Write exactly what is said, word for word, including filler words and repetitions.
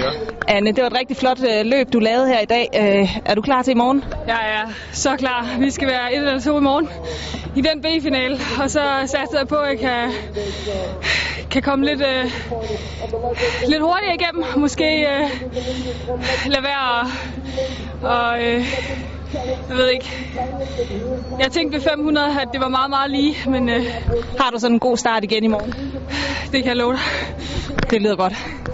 køre. Anne, det var et rigtig flot øh, løb, du lavede her i dag. Øh, er du klar til i morgen? Jeg er så klar. Vi skal være et eller to i morgen i den B-finale, og så satser jeg på, at jeg kan, kan komme lidt, øh, lidt hurtigere igennem. Måske øh, lade være og, og øh, jeg ved ikke. Jeg tænkte ved fem hundrede, at det var meget, meget lige, men øh, har du sådan en god start igen i morgen? Det kan jeg love dig. Det lyder godt.